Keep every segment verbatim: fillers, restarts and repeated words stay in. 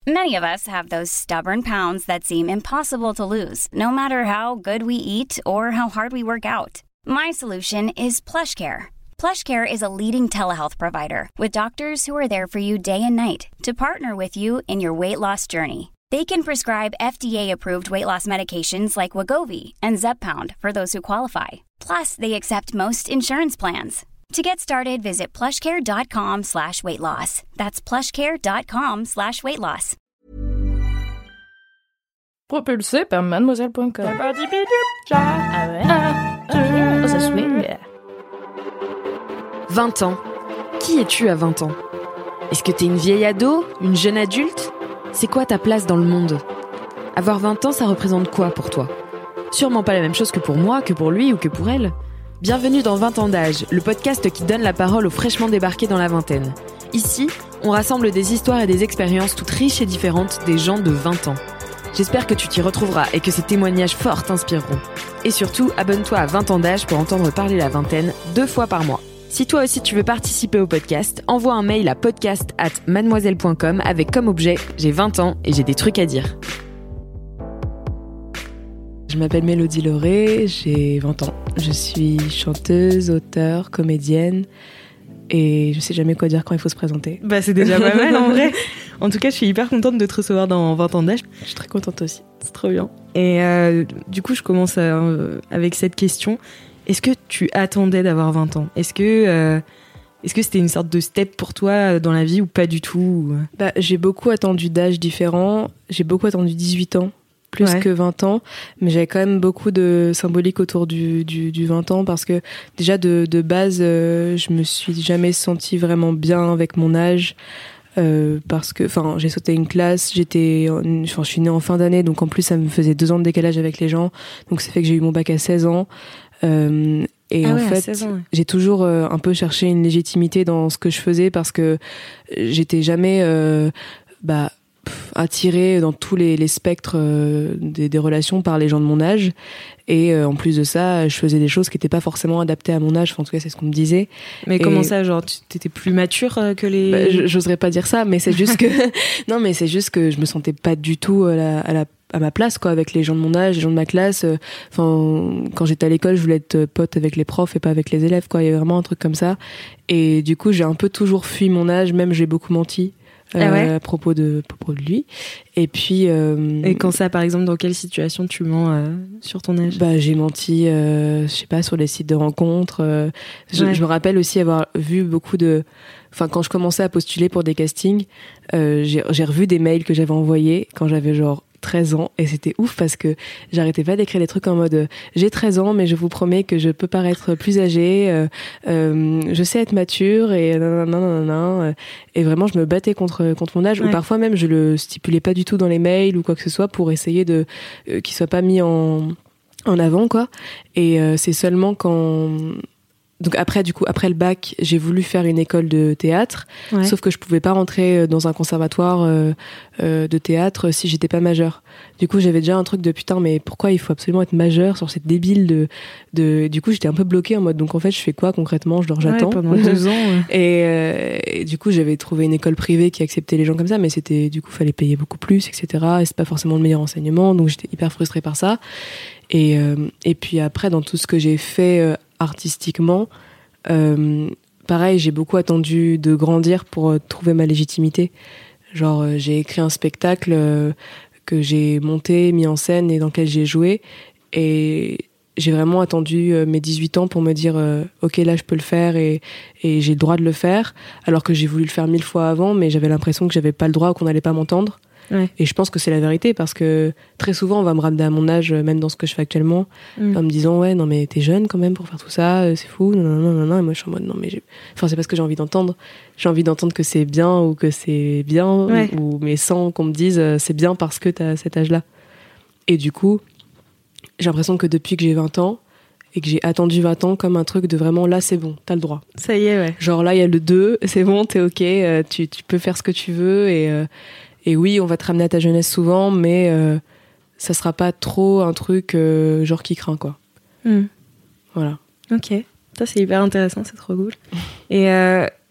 Many of us have those stubborn pounds that seem impossible to lose, no matter how good we eat or how hard we work out. My solution is PlushCare. PlushCare is a leading telehealth provider with doctors who are there for you day and night to partner with you in your weight loss journey. They can prescribe F D A-approved weight loss medications like Wegovy and Zepbound for those who qualify. Plus, they accept most insurance plans. To get started, visit plushcare.com slash weight loss. That's plushcare.com slash weight loss. Propulsé par mademoiselle point com. Ah ouais. Ah, okay. Oh, ça swing. vingt ans. Qui es-tu à vingt ans ? Est-ce que t'es une vieille ado ? Une jeune adulte ? C'est quoi ta place dans le monde ? Avoir vingt ans, ça représente quoi pour toi ? Sûrement pas la même chose que pour moi, que pour lui ou que pour elle. Bienvenue dans vingt ans d'âge, le podcast qui donne la parole aux fraîchement débarqués dans la vingtaine. Ici, on rassemble des histoires et des expériences toutes riches et différentes des gens de vingt ans. J'espère que tu t'y retrouveras et que ces témoignages forts t'inspireront. Et surtout, abonne-toi à vingt ans d'âge pour entendre parler la vingtaine deux fois par mois. Si toi aussi tu veux participer au podcast, envoie un mail à podcast arobase mademoiselle point com avec comme objet « J'ai vingt ans et j'ai des trucs à dire ». Je m'appelle Mélodie Lauré, j'ai vingt ans. Je suis chanteuse, auteure, comédienne et je sais jamais quoi dire quand il faut se présenter. Bah c'est déjà pas mal en vrai. En tout cas, je suis hyper contente de te recevoir dans vingt ans d'âge. Je suis très contente aussi, c'est trop bien. Et euh, du coup, je commence à, euh, avec cette question. Est-ce que tu attendais d'avoir vingt ans ? Est-ce que, euh, est-ce que c'était une sorte de step pour toi dans la vie ou pas du tout ? Bah, j'ai beaucoup attendu d'âges différents. J'ai beaucoup attendu dix-huit ans. Plus ouais. que vingt ans, mais j'avais quand même beaucoup de symbolique autour du, du, du vingt ans parce que déjà de, de base, euh, je me suis jamais sentie vraiment bien avec mon âge euh, parce que, enfin, j'ai sauté une classe, j'étais, enfin, je suis née en fin d'année, donc en plus ça me faisait deux ans de décalage avec les gens, donc ça fait que j'ai eu mon bac à seize ans. Euh, et ah en ouais, fait, seize ans, ouais. j'ai toujours euh, un peu cherché une légitimité dans ce que je faisais parce que j'étais jamais, euh, bah attirée dans tous les, les spectres euh, des, des relations par les gens de mon âge et euh, en plus de ça je faisais des choses qui n'étaient pas forcément adaptées à mon âge, enfin, en tout cas c'est ce qu'on me disait. Mais et comment ça, genre tu étais plus mature que les... bah, j'oserais pas dire ça, mais c'est juste que non mais c'est juste que je me sentais pas du tout à la, à la à ma place quoi avec les gens de mon âge, les gens de ma classe. Enfin, quand j'étais à l'école, je voulais être pote avec les profs et pas avec les élèves quoi. Il y avait vraiment un truc comme ça. Et du coup, j'ai un peu toujours fui mon âge, même j'ai beaucoup menti. Euh, ah ouais. à propos de à propos de lui. Et puis euh, et quand ça, par exemple, dans quelle situation tu mens euh, sur ton âge ? Bah j'ai menti, euh, je sais pas, sur les sites de rencontres. Euh, je, ouais. je me rappelle aussi avoir vu beaucoup de, enfin quand je commençais à postuler pour des castings, euh, j'ai, j'ai revu des mails que j'avais envoyés quand j'avais genre treize ans et c'était ouf parce que j'arrêtais pas d'écrire des trucs en mode euh, j'ai treize ans mais je vous promets que je peux paraître plus âgée, euh, euh, je sais être mature et nanana, nanana, et vraiment je me battais contre contre mon âge ouais. ou parfois même je le stipulais pas du tout dans les mails ou quoi que ce soit pour essayer de euh, qu'il soit pas mis en en avant quoi. Et euh, c'est seulement quand donc après, du coup, après le bac, j'ai voulu faire une école de théâtre, ouais. sauf que je pouvais pas rentrer dans un conservatoire euh, euh, de théâtre si j'étais pas majeure. Du coup, j'avais déjà un truc de putain, mais pourquoi il faut absolument être majeure sur cette débile de, de... Du coup, j'étais un peu bloquée en mode, donc en fait, je fais quoi concrètement ? Je dors, j'attends. Ouais, pendant deux ans. Ouais. Et, euh, et du coup, j'avais trouvé une école privée qui acceptait les gens comme ça, mais c'était, du coup, fallait payer beaucoup plus, et cetera. Et c'est pas forcément le meilleur enseignement, donc j'étais hyper frustrée par ça. Et, euh, et puis après, dans tout ce que j'ai fait euh, artistiquement, euh, pareil, j'ai beaucoup attendu de grandir pour euh, trouver ma légitimité. Genre, euh, j'ai écrit un spectacle euh, que j'ai monté, mis en scène et dans lequel j'ai joué. Et j'ai vraiment attendu euh, mes dix-huit ans pour me dire euh, ok, là je peux le faire et, et j'ai le droit de le faire. Alors que j'ai voulu le faire mille fois avant, mais j'avais l'impression que j'avais pas le droit ou qu'on allait pas m'entendre. Ouais. Et je pense que c'est la vérité parce que très souvent on va me ramener à mon âge, même dans ce que je fais actuellement, mm. en me disant ouais non mais t'es jeune quand même pour faire tout ça, c'est fou, non non non non. Et moi je suis en mode non mais j'ai... enfin c'est pas ce que j'ai envie d'entendre. J'ai envie d'entendre que c'est bien ou que c'est bien ouais. ou mais sans qu'on me dise c'est bien parce que t'as cet âge-là. Et du coup j'ai l'impression que depuis que j'ai vingt ans et que j'ai attendu vingt ans comme un truc de vraiment là c'est bon, t'as le droit. Ça y est ouais. Genre là il y a le deux, c'est bon, t'es ok, euh, tu tu peux faire ce que tu veux et euh, Et oui, on va te ramener à ta jeunesse souvent, mais euh, ça sera pas trop un truc euh, genre qui craint, quoi. Mm. Voilà. Ok. Ça, c'est hyper intéressant, c'est trop cool. Et euh,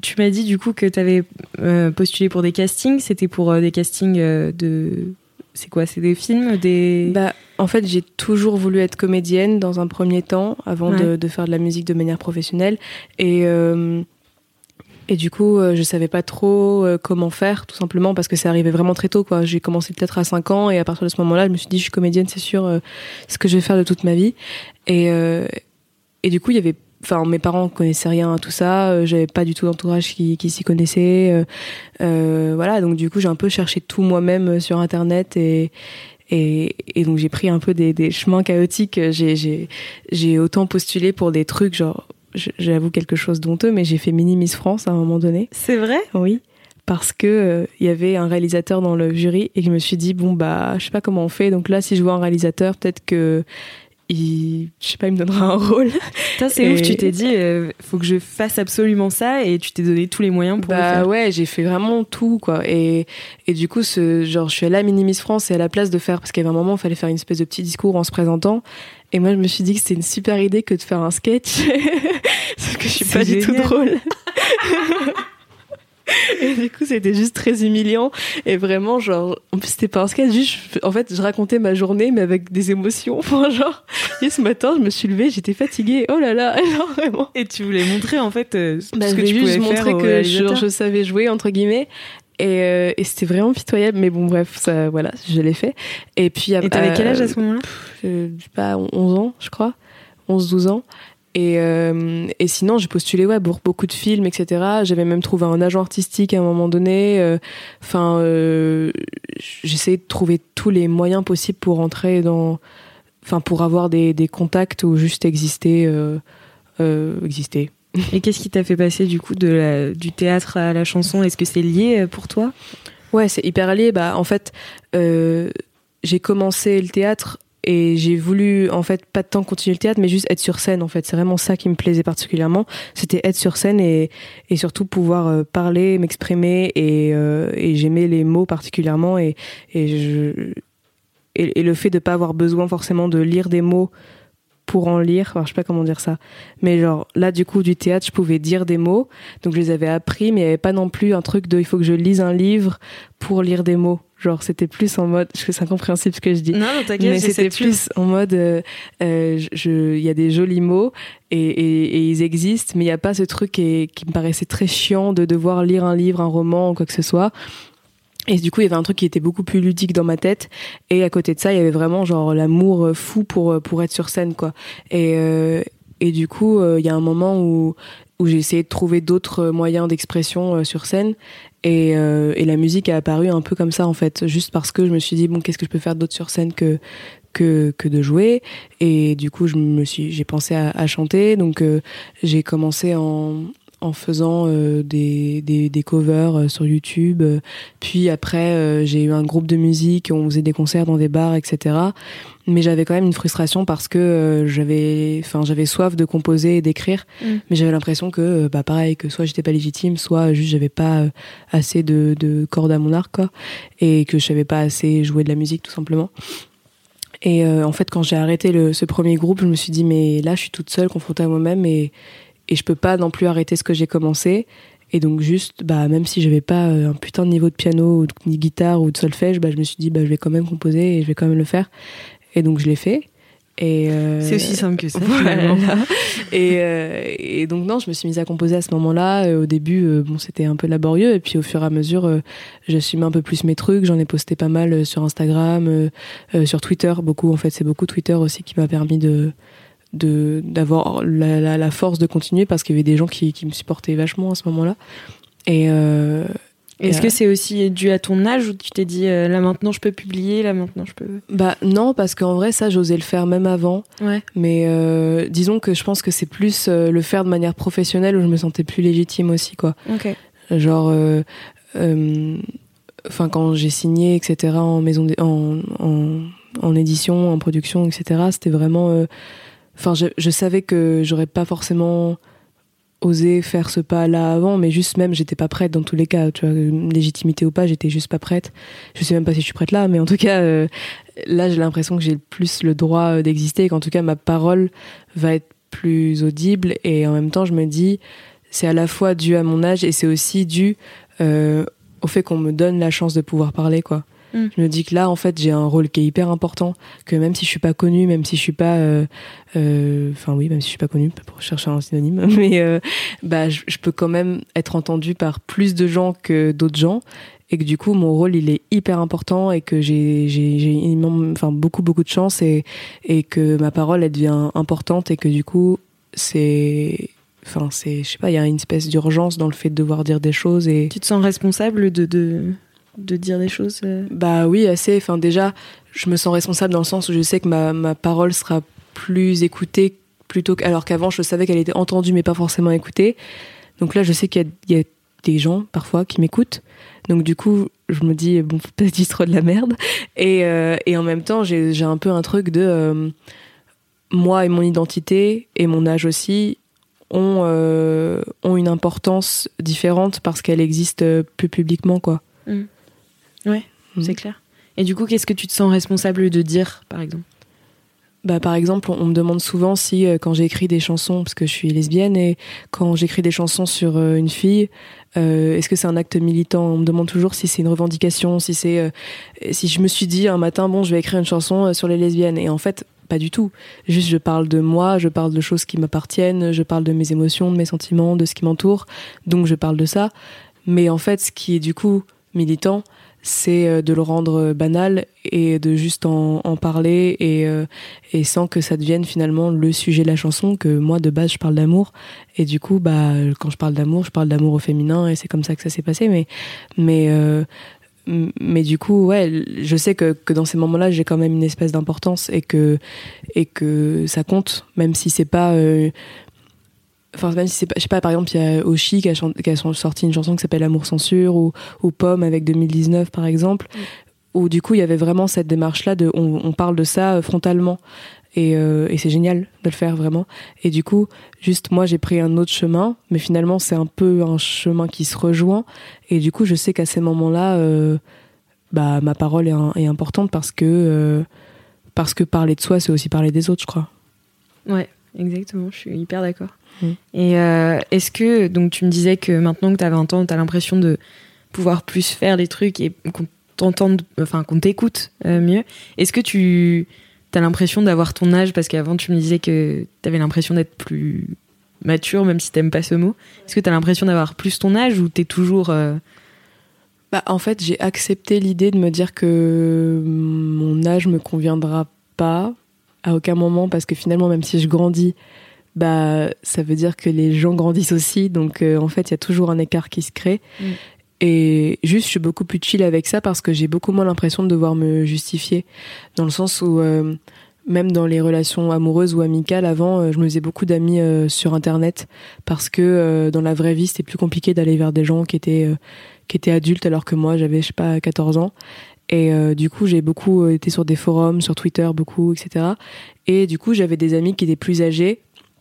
tu m'as dit du coup que tu avais euh, postulé pour des castings. C'était pour euh, des castings euh, de... C'est quoi? C'est des films des... Bah, en fait, j'ai toujours voulu être comédienne dans un premier temps, avant ouais. de, de faire de la musique de manière professionnelle. Et, euh, et du coup, euh, je savais pas trop euh, comment faire, tout simplement, parce que ça arrivait vraiment très tôt, quoi. J'ai commencé peut-être à cinq ans, et à partir de ce moment-là, je me suis dit, je suis comédienne, c'est sûr, euh, c'est ce que je vais faire de toute ma vie. Et, euh, et du coup, il y avait... Enfin, mes parents connaissaient rien à tout ça, euh, j'avais pas du tout d'entourage qui, qui s'y connaissait. Euh, euh, voilà, donc du coup, j'ai un peu cherché tout moi-même sur Internet et... Et, et donc j'ai pris un peu des, des chemins chaotiques. J'ai, j'ai, j'ai autant postulé pour des trucs, genre, j'avoue quelque chose d'honteux, mais j'ai fait Mini Miss France à un moment donné. C'est vrai? Oui. Parce que euh, y avait un réalisateur dans le jury et que je me suis dit, bon, bah, je sais pas comment on fait. Donc là, si je vois un réalisateur, peut-être que il, je sais pas, il me donnera un rôle. Putain, c'est et... ouf, tu t'es dit, euh, faut que je fasse absolument ça et tu t'es donné tous les moyens pour bah, le faire. Ouais, j'ai fait vraiment tout, quoi. Et, et du coup, ce, genre, je suis allée à Mini Miss France et à la place de faire, parce qu'il y avait un moment, il fallait faire une espèce de petit discours en se présentant. Et moi, je me suis dit que c'était une super idée que de faire un sketch. Parce que je suis c'est pas génial. Du tout drôle. Et du coup, c'était juste très humiliant. Et vraiment, genre, en plus, c'était pas un sketch, juste, en fait, je racontais ma journée, mais avec des émotions. Enfin, genre, et ce matin, je me suis levée, j'étais fatiguée. Oh là là, genre, vraiment. Et tu voulais montrer, en fait, euh, bah, ce que je tu juste pouvais faire montrer que je, je savais jouer, entre guillemets. Et, euh, et c'était vraiment pitoyable. Mais bon, bref, ça, voilà, je l'ai fait. Et puis, et t'avais euh, quel âge à ce moment-là? Je sais pas, onze ans, je crois. onze douze ans. Et, euh, et sinon, j'ai postulé ouais, pour beaucoup de films, et cetera. J'avais même trouvé un agent artistique à un moment donné. Enfin, euh, euh, j'essayais de trouver tous les moyens possibles pour entrer dans... Enfin, pour avoir des, des contacts ou juste exister. Euh, euh, exister. Et qu'est-ce qui t'a fait passer du coup de la, du théâtre à la chanson? Est-ce que c'est lié pour toi? Ouais, c'est hyper lié. Bah, en fait, euh, j'ai commencé le théâtre... Et j'ai voulu, en fait, pas de temps continuer le théâtre, mais juste être sur scène, en fait. C'est vraiment ça qui me plaisait particulièrement. C'était être sur scène et, et surtout pouvoir euh, parler, m'exprimer. Et, euh, et j'aimais les mots particulièrement. Et, et, je, et, et le fait de pas avoir besoin forcément de lire des mots pour en lire. Enfin, je sais pas comment dire ça. Mais genre, là, du coup, du théâtre, je pouvais dire des mots. Donc, je les avais appris, mais il n'y avait pas non plus un truc de il faut que je lise un livre pour lire des mots. Genre, c'était plus en mode, je sais c'est incompréhensible ce que je dis. Non, non, t'inquiète, mais c'était plus en mode, euh, euh, je, il y a des jolis mots et, et, et ils existent, mais il n'y a pas ce truc qui, qui me paraissait très chiant de devoir lire un livre, un roman ou quoi que ce soit. Et du coup, il y avait un truc qui était beaucoup plus ludique dans ma tête. Et à côté de ça, il y avait vraiment genre l'amour fou pour, pour être sur scène, quoi. Et, euh, et du coup, il euh, y a un moment où, où j'ai essayé de trouver d'autres moyens d'expression euh, sur scène. Et, euh, et la musique a apparu un peu comme ça, en fait. Juste parce que je me suis dit, bon, qu'est-ce que je peux faire d'autre sur scène que, que, que de jouer? Et du coup, je me suis, j'ai pensé à, à chanter. Donc, euh, j'ai commencé en, en faisant euh, des, des, des covers euh, sur YouTube. Puis après, euh, j'ai eu un groupe de musique, on faisait des concerts dans des bars, et cetera. Mais j'avais quand même une frustration parce que euh, j'avais, enfin, j'avais soif de composer et d'écrire, mmh. mais j'avais l'impression que, euh, bah, pareil, que soit j'étais pas légitime, soit juste j'avais pas euh, assez de, de cordes à mon arc, quoi, et que je savais pas assez jouer de la musique, tout simplement. Et euh, en fait, quand j'ai arrêté le, ce premier groupe, je me suis dit, mais là, je suis toute seule, confrontée à moi-même, et, et je peux pas non plus arrêter ce que j'ai commencé. Et donc juste, bah, même si j'avais pas un putain de niveau de piano, ou de guitare, ou de solfège, bah, je me suis dit, bah, je vais quand même composer et je vais quand même le faire. Et donc je l'ai fait. Et euh, c'est aussi simple que ça. Voilà. et, euh, et donc non, je me suis mise à composer à ce moment-là. Euh, au début, euh, bon, c'était un peu laborieux. Et puis au fur et à mesure, euh, j'assumais un peu plus mes trucs. J'en ai posté pas mal sur Instagram, euh, euh, sur Twitter, beaucoup. En fait, c'est beaucoup Twitter aussi qui m'a permis de, de d'avoir la, la, la force de continuer parce qu'il y avait des gens qui, qui me supportaient vachement à ce moment-là. Et euh, Est-ce que c'est aussi dû à ton âge où tu t'es dit euh, là maintenant je peux publier, là maintenant je peux... Bah non, parce qu'en vrai ça j'osais le faire même avant. Ouais. Mais euh, disons que je pense que c'est plus euh, le faire de manière professionnelle où je me sentais plus légitime aussi, quoi. Ok. Genre, euh, euh, enfin quand j'ai signé, et cetera en maison, de, en, en en édition, en production, et cetera. C'était vraiment, enfin euh, je, je savais que j'aurais pas forcément oser faire ce pas-là avant, mais juste même, j'étais pas prête dans tous les cas, tu vois, légitimité ou pas, j'étais juste pas prête. Je sais même pas si je suis prête là, mais en tout cas, euh, là, j'ai l'impression que j'ai plus le droit d'exister et qu'en tout cas, ma parole va être plus audible et en même temps, je me dis, c'est à la fois dû à mon âge et c'est aussi dû euh, au fait qu'on me donne la chance de pouvoir parler, quoi. Mm. Je me dis que là, en fait, j'ai un rôle qui est hyper important, que même si je suis pas connue, même si je suis pas, euh, euh, enfin oui, même si je suis pas connue, pour chercher un synonyme, mais euh, bah, je, je peux quand même être entendue par plus de gens que d'autres gens, et que du coup, mon rôle, il est hyper important, et que j'ai, j'ai, j'ai enfin beaucoup, beaucoup de chance, et et que ma parole, elle devient importante, et que du coup, c'est, enfin, c'est, je sais pas, il y a une espèce d'urgence dans le fait de devoir dire des choses, et tu te sens responsable de de de dire des choses euh... Bah oui, assez. Enfin, déjà, je me sens responsable dans le sens où je sais que ma, ma parole sera plus écoutée plutôt que... Alors qu'avant, je savais qu'elle était entendue mais pas forcément écoutée. Donc là, je sais qu'il y a, il y a des gens, parfois, qui m'écoutent. Donc du coup, je me dis, bon, peut-être dis trop de la merde. Et, euh, et en même temps, j'ai, j'ai un peu un truc de... Euh, moi et mon identité, et mon âge aussi, ont, euh, ont une importance différente parce qu'elle existe plus publiquement, quoi. Mmh. Ouais, mmh. C'est clair. Et du coup, qu'est-ce que tu te sens responsable de dire, par exemple ? Bah, par exemple, on, on me demande souvent si, euh, quand j'écris des chansons, parce que je suis lesbienne, et quand j'écris des chansons sur euh, une fille, euh, est-ce que c'est un acte militant ? On me demande toujours si c'est une revendication, si c'est, euh, si je me suis dit un matin, bon, je vais écrire une chanson euh, sur les lesbiennes. Et en fait, pas du tout. Juste, je parle de moi, je parle de choses qui m'appartiennent, je parle de mes émotions, de mes sentiments, de ce qui m'entoure. Donc, je parle de ça. Mais en fait, ce qui est du coup militant, c'est de le rendre banal et de juste en, en parler et, euh, et sans que ça devienne finalement le sujet de la chanson, que moi de base je parle d'amour et du coup bah quand je parle d'amour je parle d'amour au féminin et c'est comme ça que ça s'est passé, mais mais euh, mais du coup ouais, je sais que que dans ces moments-là j'ai quand même une espèce d'importance et que et que ça compte, même si c'est pas euh, Enfin, même si c'est pas, je sais pas, par exemple, il y a Oshi qui a, chant, qui a sorti une chanson qui s'appelle Amour Censure, ou, ou Pomme avec deux mille dix-neuf, par exemple, mmh. où du coup, il y avait vraiment cette démarche-là de, on, on parle de ça frontalement. Et, euh, et c'est génial de le faire, vraiment. Et du coup, juste, moi, j'ai pris un autre chemin, mais finalement, c'est un peu un chemin qui se rejoint. Et du coup, je sais qu'à ces moments-là, euh, bah, ma parole est, un, est importante parce que, euh, parce que parler de soi, c'est aussi parler des autres, je crois. Ouais, exactement. Je suis hyper d'accord. Mmh. Et euh, est-ce que, donc tu me disais que maintenant que t'as vingt ans, t'as l'impression de pouvoir plus faire les trucs et qu'on t'entende, enfin qu'on t'écoute euh, mieux. Est-ce que tu t'as l'impression d'avoir ton âge, parce qu'avant tu me disais que t'avais l'impression d'être plus mature, même si t'aimes pas ce mot. Est-ce que t'as l'impression d'avoir plus ton âge ou t'es toujours... Euh... Bah, en fait, j'ai accepté l'idée de me dire que mon âge me conviendra pas à aucun moment, parce que finalement, même si je grandis, bah ça veut dire que les gens grandissent aussi, donc euh, en fait il y a toujours un écart qui se crée. Mmh. Et juste je suis beaucoup plus chill avec ça parce que j'ai beaucoup moins l'impression de devoir me justifier, dans le sens où euh, même dans les relations amoureuses ou amicales avant, euh, je me faisais beaucoup d'amis euh, sur internet parce que euh, dans la vraie vie c'était plus compliqué d'aller vers des gens qui étaient euh, qui étaient adultes alors que moi j'avais je sais pas quatorze ans. Et euh, du coup j'ai beaucoup été sur des forums, sur Twitter beaucoup, etc. Et du coup j'avais des amis qui étaient plus âgés.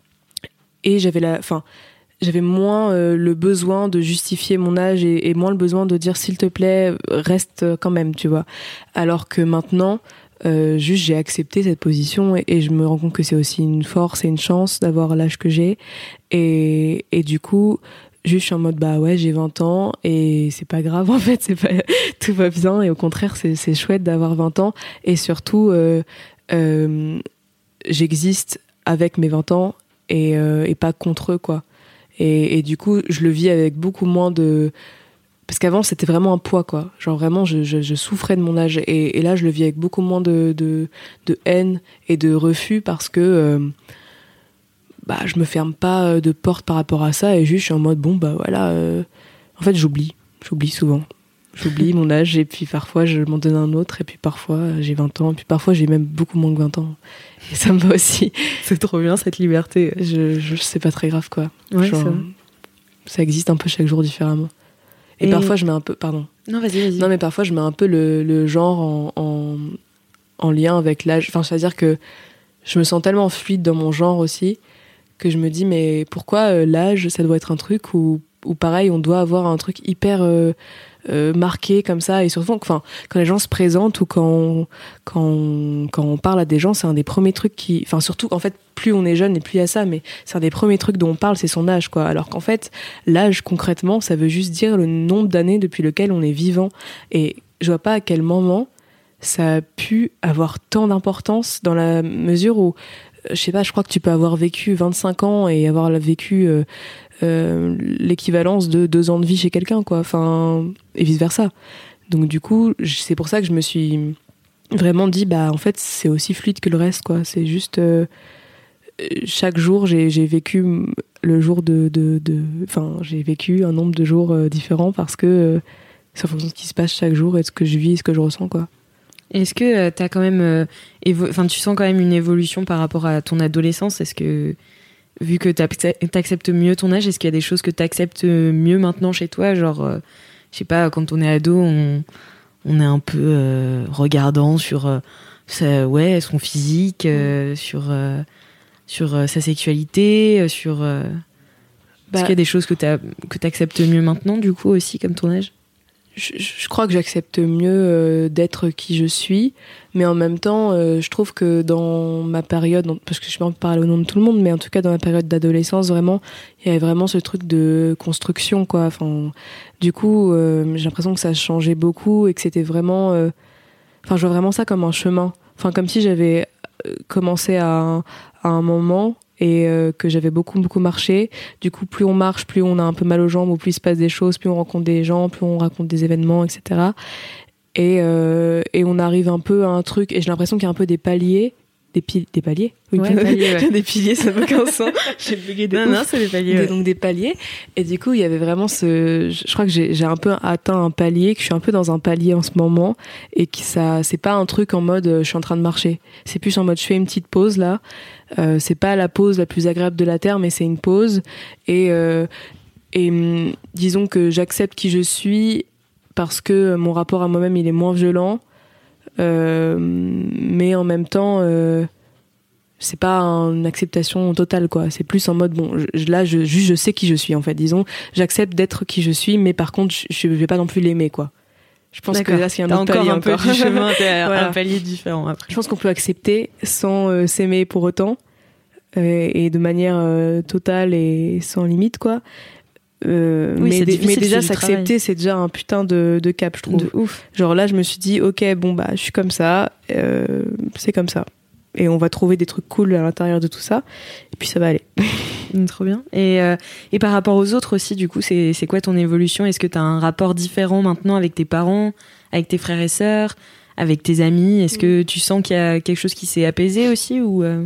Et j'avais la, enfin, j'avais moins euh, le besoin de justifier mon âge et, et moins le besoin de dire s'il te plaît reste quand même, tu vois. Alors que maintenant, euh, juste j'ai accepté cette position et, et je me rends compte que c'est aussi une force et une chance d'avoir l'âge que j'ai. Et, et du coup, juste je suis en mode bah ouais j'ai vingt ans et c'est pas grave en fait, c'est pas tout va bien et au contraire c'est c'est chouette d'avoir vingt ans et surtout euh, euh, j'existe avec mes vingt ans. Et, euh, et pas contre eux, quoi. Et, et du coup, je le vis avec beaucoup moins de... Parce qu'avant, c'était vraiment un poids, quoi. Genre, vraiment, je, je, je souffrais de mon âge. Et, et là, je le vis avec beaucoup moins de, de, de haine et de refus parce que euh, bah, je me ferme pas de porte par rapport à ça. Et juste, je suis en mode, bon, bah voilà... Euh... En fait, j'oublie. J'oublie souvent. J'oublie mon âge et puis parfois, je m'en donne un autre. Et puis parfois, j'ai vingt ans. Et puis parfois, j'ai même beaucoup moins que vingt ans. Et ça me va aussi. C'est trop bien cette liberté. Je, je c'est pas très grave quoi. Ouais, Genre, ça. ça existe un peu chaque jour différemment. Et, et parfois je mets un peu, pardon. Non vas-y vas-y. Non mais parfois je mets un peu le, le genre en, en en lien avec l'âge. Enfin c'est-à-dire que je me sens tellement fluide dans mon genre aussi que je me dis mais pourquoi euh, l'âge ça doit être un truc où où pareil on doit avoir un truc hyper euh, euh, marqué comme ça, et surtout enfin quand les gens se présentent ou quand on, quand on, quand on parle à des gens, c'est un des premiers trucs qui, enfin surtout en fait plus on est jeune et plus il y a ça, mais c'est un des premiers trucs dont on parle, c'est son âge quoi. Alors qu'en fait l'âge concrètement ça veut juste dire le nombre d'années depuis lequel on est vivant, et je vois pas à quel moment ça a pu avoir tant d'importance dans la mesure où je sais pas, je crois que tu peux avoir vécu vingt-cinq ans et avoir vécu euh, euh, l'équivalence de deux ans de vie chez quelqu'un, quoi. Enfin, et vice versa. Donc du coup, c'est pour ça que je me suis vraiment dit, bah en fait, c'est aussi fluide que le reste, quoi. C'est juste euh, chaque jour, j'ai, j'ai vécu le jour de, de, de, enfin, j'ai vécu un nombre de jours euh, différents parce que euh, c'est en fonction de ce qui se passe chaque jour et de ce que je vis et ce que je ressens, quoi. Est-ce que euh, t'as quand même, euh, évo- enfin, tu sens quand même une évolution par rapport à ton adolescence? Est-ce que, vu que t'acceptes mieux ton âge, est-ce qu'il y a des choses que t'acceptes mieux maintenant chez toi? Genre, euh, je sais pas, quand on est ado, on, on est un peu euh, regardant sur euh, sa, ouais, son physique, euh, sur, euh, sur euh, sa sexualité, euh, sur. Euh, bah, est-ce qu'il y a des choses que t'as, que t'acceptes mieux maintenant, du coup, aussi, comme ton âge? Je, je crois que j'accepte mieux euh, d'être qui je suis, mais en même temps, euh, je trouve que dans ma période, parce que je peux pas parler au nom de tout le monde, mais en tout cas dans ma période d'adolescence, vraiment, il y avait vraiment ce truc de construction, quoi. Enfin, du coup, euh, j'ai l'impression que ça changeait beaucoup et que c'était vraiment, euh, enfin, je vois vraiment ça comme un chemin. Enfin, comme si j'avais commencé à un, à un moment et euh, que j'avais beaucoup beaucoup marché. Du coup, plus on marche, plus on a un peu mal aux jambes, ou plus il se passe des choses, plus on rencontre des gens, plus on raconte des événements, et cetera. Et, euh, et on arrive un peu à un truc, et j'ai l'impression qu'il y a un peu des paliers, des, pil- des paliers oui, ouais, paliers, ouais. Des piliers, ça n'a aucun sens. J'ai bugué des Non, non, c'est des paliers. Des, ouais. Donc des paliers. Et du coup, il y avait vraiment ce... Je crois que j'ai, j'ai un peu atteint un palier, que je suis un peu dans un palier en ce moment, et que ça, c'est pas un truc en mode euh, je suis en train de marcher. C'est plus en mode je fais une petite pause là. Euh, c'est pas la pause la plus agréable de la Terre, mais c'est une pause. Et, euh, et hum, disons que j'accepte qui je suis parce que mon rapport à moi-même, il est moins violent. Euh, mais en même temps... Euh, c'est pas une acceptation totale, quoi. C'est plus en mode, bon, je, là, je, juste, je sais qui je suis, en fait. Disons, j'accepte d'être qui je suis, mais par contre, je, je vais pas non plus l'aimer, quoi. Je pense D'accord. que là, c'est un t'as autre palier un encore. Peu du chemin, t'as voilà. un palier différent après. Je pense qu'on peut accepter sans euh, s'aimer pour autant, euh, et de manière euh, totale et sans limite, quoi. Euh, oui, mais, c'est mais déjà s'accepter, c'est déjà un putain de, de cap, je trouve. De ouf. Genre là, je me suis dit, ok, bon bah, je suis comme ça, euh, c'est comme ça. Et on va trouver des trucs cool à l'intérieur de tout ça, et puis ça va aller. Trop bien. Et, euh, et par rapport aux autres aussi, du coup, c'est, c'est quoi ton évolution? Est-ce que tu as un rapport différent maintenant avec tes parents, avec tes frères et sœurs, avec tes amis? Est-ce que tu sens qu'il y a quelque chose qui s'est apaisé aussi ou euh...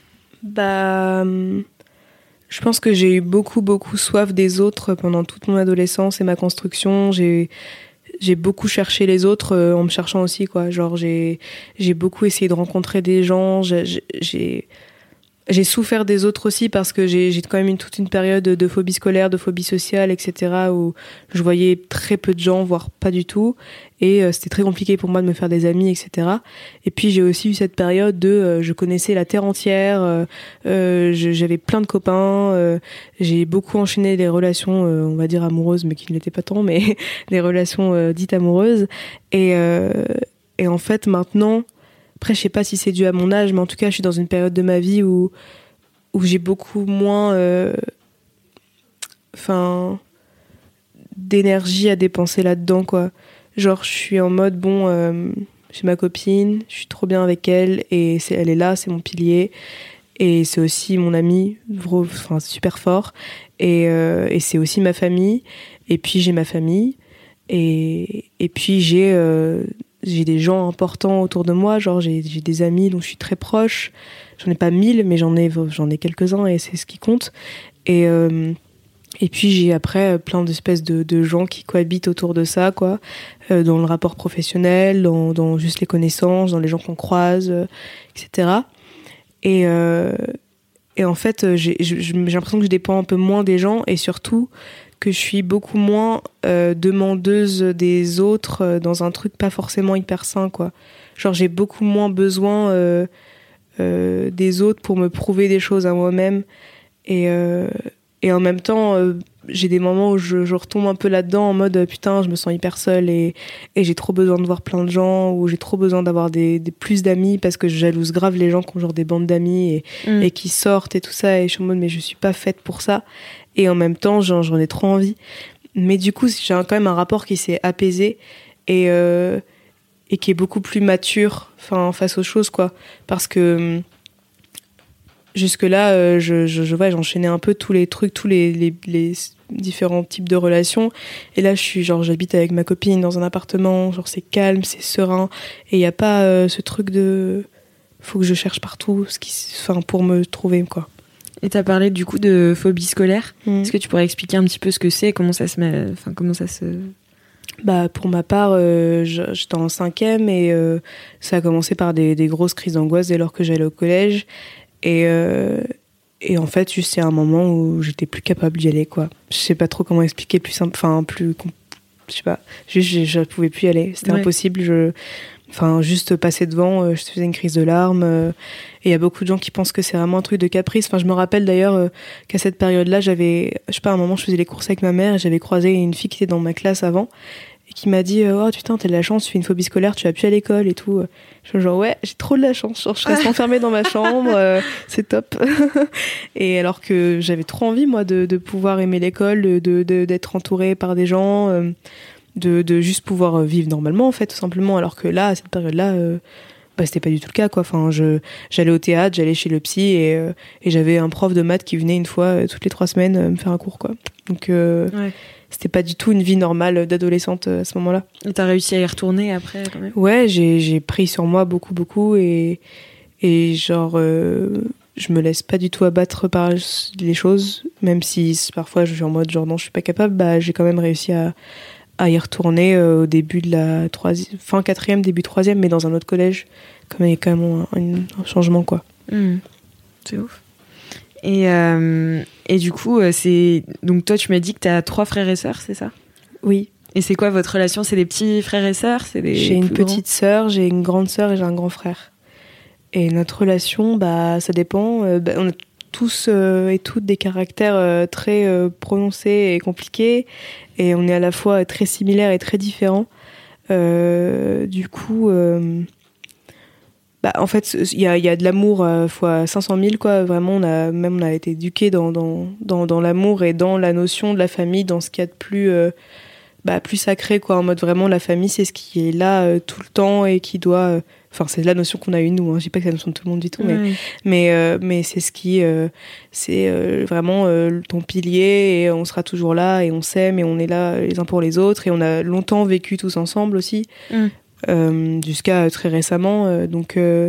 Bah, je pense que j'ai eu beaucoup, beaucoup soif des autres pendant toute mon adolescence et ma construction. J'ai... J'ai beaucoup cherché les autres euh, en me cherchant aussi, quoi. Genre, j'ai, j'ai beaucoup essayé de rencontrer des gens. J'ai, j'ai, j'ai souffert des autres aussi parce que j'ai, j'ai quand même une, toute une période de phobie scolaire, de phobie sociale, et cetera, où je voyais très peu de gens, voire pas du tout. Et euh, c'était très compliqué pour moi de me faire des amis, et cetera. Et puis, j'ai aussi eu cette période de... Euh, je connaissais la Terre entière, euh, euh, je, j'avais plein de copains, euh, j'ai beaucoup enchaîné les relations, euh, on va dire amoureuses, mais qui ne l'étaient pas tant, mais des relations euh, dites amoureuses. Et, euh, et en fait, maintenant... Après, je sais pas si c'est dû à mon âge, mais en tout cas, je suis dans une période de ma vie où, où j'ai beaucoup moins... Euh, enfin... d'énergie à dépenser là-dedans, quoi. Genre, je suis en mode, bon, euh, j'ai ma copine, je suis trop bien avec elle, et c'est, elle est là, c'est mon pilier, et c'est aussi mon ami, enfin, super fort, et, euh, et c'est aussi ma famille, et puis j'ai ma famille, et, et puis j'ai, euh, j'ai des gens importants autour de moi, genre j'ai, j'ai des amis dont je suis très proche, j'en ai pas mille, mais j'en ai, j'en ai quelques-uns, et c'est ce qui compte, et... Euh, Et puis j'ai après plein d'espèces de, de gens qui cohabitent autour de ça, quoi, euh, dans le rapport professionnel, dans, dans juste les connaissances, dans les gens qu'on croise, euh, et cetera. Et, euh, et en fait, j'ai, j'ai, j'ai l'impression que je dépends un peu moins des gens et surtout que je suis beaucoup moins euh, demandeuse des autres euh, dans un truc pas forcément hyper sain, quoi. Genre j'ai beaucoup moins besoin euh, euh, des autres pour me prouver des choses à moi-même et... Euh, Et en même temps, euh, j'ai des moments où je, je retombe un peu là-dedans en mode putain, je me sens hyper seule et, et j'ai trop besoin de voir plein de gens, ou j'ai trop besoin d'avoir des, des plus d'amis parce que je jalouse grave les gens qui ont genre des bandes d'amis et, mm. et qui sortent et tout ça, et je suis en mode mais je suis pas faite pour ça, et en même temps genre, j'en ai trop envie. Mais du coup j'ai quand même un rapport qui s'est apaisé et, euh, et qui est beaucoup plus mature face aux choses, quoi, parce que jusque-là, euh, je, je, je, ouais, j'enchaînais un peu tous les trucs, tous les, les, les différents types de relations. Et là, je suis genre, j'habite avec ma copine dans un appartement, genre c'est calme, c'est serein. Et il n'y a pas euh, ce truc de... Faut que je cherche partout ce qui, enfin, pour me trouver, quoi. Et t'as parlé du coup de phobie scolaire. Mmh. Est-ce que tu pourrais expliquer un petit peu ce que c'est, comment ça se met... Enfin, comment ça se... Bah, pour ma part, euh, j'étais en cinquième et euh, ça a commencé par des, des grosses crises d'angoisse dès lors que j'allais au collège. Et, euh, et en fait, juste, il y a un moment où j'étais plus capable d'y aller, quoi. Je sais pas trop comment expliquer, plus simple, enfin, plus, je sais pas, juste, je, je pouvais plus y aller. C'était ouais. impossible, je, enfin, juste passer devant, euh, je faisais une crise de larmes, euh, et il y a beaucoup de gens qui pensent que c'est vraiment un truc de caprice. Enfin, je me rappelle d'ailleurs euh, qu'à cette période-là, j'avais, je sais pas, à un moment, je faisais les courses avec ma mère, et j'avais croisé une fille qui était dans ma classe avant, et qui m'a dit oh putain t'as de la chance, tu fais une phobie scolaire, tu vas plus à l'école et tout. Je suis genre ouais, j'ai trop de la chance, genre je reste enfermée dans ma chambre, euh, c'est top. Et alors que j'avais trop envie moi de, de pouvoir aimer l'école, de, de, d'être entourée par des gens, euh, de, de juste pouvoir vivre normalement en fait, tout simplement. Alors que là à cette période-là euh, bah c'était pas du tout le cas, quoi. Enfin je j'allais au théâtre, j'allais chez le psy et euh, et j'avais un prof de maths qui venait une fois euh, toutes les trois semaines euh, me faire un cours, quoi. Donc euh, ouais. C'était pas du tout une vie normale d'adolescente à ce moment-là. Et t'as réussi à y retourner après, quand même ? Ouais, j'ai, j'ai pris sur moi beaucoup, beaucoup. Et, et genre, euh, je me laisse pas du tout abattre par les choses. Même si parfois je suis en mode, genre, non, je suis pas capable. Bah, j'ai quand même réussi à, à y retourner euh, au début de la troisième, fin quatrième, début troisième, mais dans un autre collège. Comme il y a quand même un, un, un changement, quoi. Mmh. C'est ouf. Et, euh, et du coup, c'est... Donc toi, tu m'as dit que tu as trois frères et sœurs, c'est ça ? Oui. Et c'est quoi votre relation ? C'est des petits frères et sœurs ? C'est des J'ai une petite sœur, j'ai une grande sœur et j'ai un grand frère. Et notre relation, bah, ça dépend. Euh, bah, on a tous euh, et toutes des caractères euh, très euh, prononcés et compliqués. Et on est à la fois très similaires et très différents. Euh, du coup... Euh, Bah, en fait, il y a, y a de l'amour euh, fois cinq cent mille, quoi. Vraiment, on a, même on a été éduqués dans, dans, dans, dans l'amour et dans la notion de la famille, dans ce qu'il y a de plus, euh, bah, plus sacré, quoi. En mode vraiment, la famille, c'est ce qui est là euh, tout le temps et qui doit. Enfin, euh, c'est la notion qu'on a eue, nous. Hein. Je dis pas que c'est la notion de tout le monde du tout, mais, oui. mais, euh, mais c'est ce qui. Euh, c'est euh, vraiment euh, ton pilier et on sera toujours là et on s'aime et on est là les uns pour les autres et on a longtemps vécu tous ensemble aussi. Mm. Euh, jusqu'à très récemment, euh, donc euh,